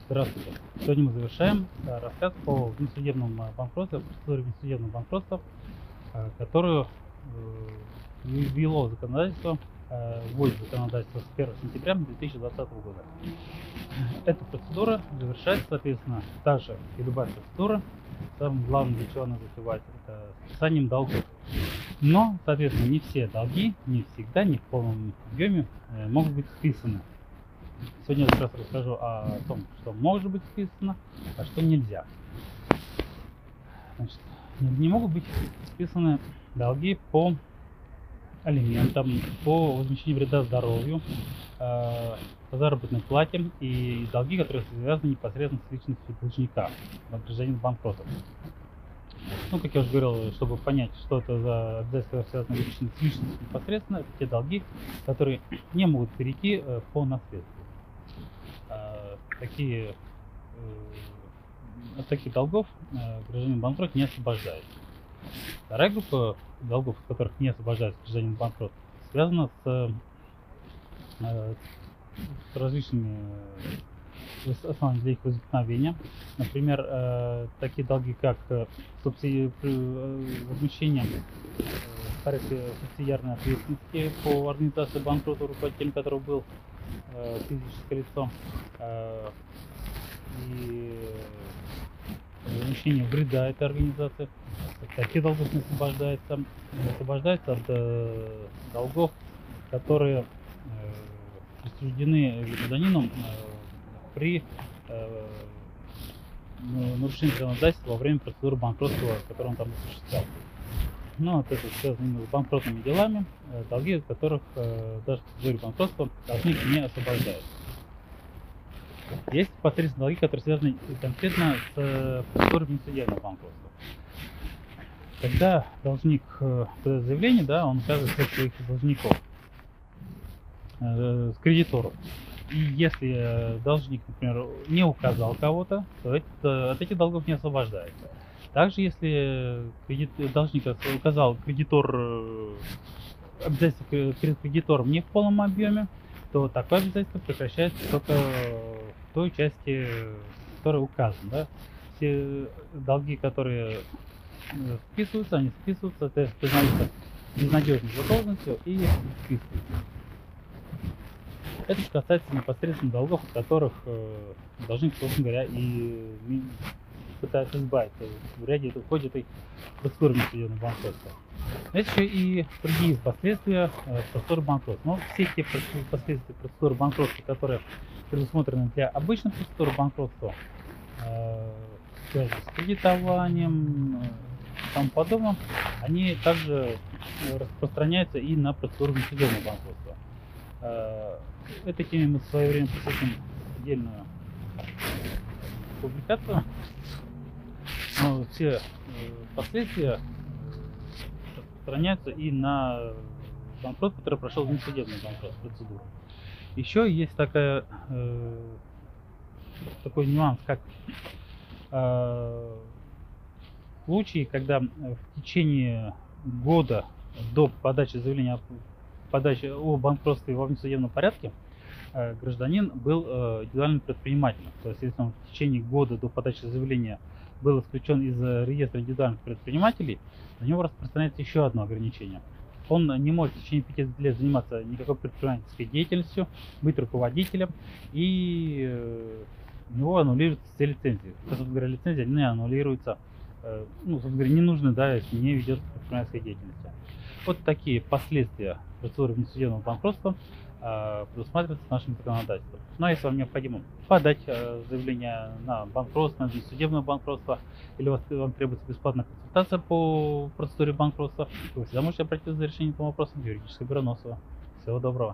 Здравствуйте. Сегодня мы завершаем рассказ по внесудебному банкротству, процедуре внесудебного банкротства, которую ввело законодательство, вводит законодательство с 1 сентября 2020 года. Эта процедура завершается, соответственно, так же и любая процедура. Самым главным, для чего она затевается, это списанием долгов. Но, соответственно, не все долги, не всегда, не в полном объеме могут быть списаны. Сегодня я как раз расскажу о том, что может быть списано, а что нельзя. Значит, не могут быть списаны долги по алиментам, по возмещению вреда здоровью, по заработной плате и долги, которые связаны непосредственно с личностью должника, гражданина банкрота. Ну, как я уже говорил, чтобы понять, что это за обязательства, связанные с личностью непосредственно, это те долги, которые не могут перейти по наследству. От таких долгов гражданин банкрот не освобождается. Вторая группа долгов, от которых не освобождается гражданин банкрот, связана с различными основаниями для их возникновения. Например, такие долги, как возмещение в порядке субсидиарной ответственности по организации банкрота, руководителем которого был физическое лицо, и возмещение вреда этой организации. Такие долгов не освобождается от долгов, которые присуждены гражданину при нарушении законодательства во время процедуры банкротства, которую он там осуществлял. Но вот это связано именно с банкротными делами, долги от которых даже в процедуре банкротства должник не освобождается. Есть непосредственно долги, которые связаны конкретно с процедурой внесудебного банкротства. Когда должник подает заявление, да, он указывает своих должников с кредиторов. И если должник, например, не указал кого-то, то от этих долгов не освобождается. Также, если должник указал обязательства перед кредитором не в полном объеме, то такое обязательство прекращается только в той части, которая указана. Да? Все долги, которые списываются, они списываются, это признаются безнадежной задолженностью и списываются. Это касается непосредственно долгов, от которых должник, собственно говоря, и пытается избавиться в ходе этой процедуры внесудебного банкротства. Но есть еще и другие последствия процедуры банкротства. Но все те последствия процедуры банкротства, которые предусмотрены для обычной процедуры банкротства, связанные с кредитованием и тому подобное, они также распространяются и на процедуру внесудебного банкротства. Этой теме мы в свое время посвятим отдельную публикацию. Но все последствия распространяются и на банкрот, который прошел внесудебную процедуру. Еще есть такой нюанс, как случаи, когда в течение года до подачи заявления о банкротстве во внесудебном порядке гражданин был индивидуальным предпринимателем. То есть, если он в течение года до подачи заявления был исключен из реестра индивидуальных предпринимателей, на него распространяется еще одно ограничение. Он не может в течение 5 лет заниматься никакой предпринимательской деятельностью, быть руководителем, и у него аннулируются все лицензии. Собственно говоря, лицензия не аннулируется, собственно говоря, не нужны, да, если не ведет предпринимательской деятельности. Вот такие последствия процедуры внесудебного банкротства предусматриваются нашим законодательством. Но если вам необходимо подать заявление на банкротство, на внесудебное банкротство, или вам требуется бесплатная консультация по процедуре банкротства, вы всегда можете обратиться за решением этого вопроса в юридическое бюро Носова. Всего доброго.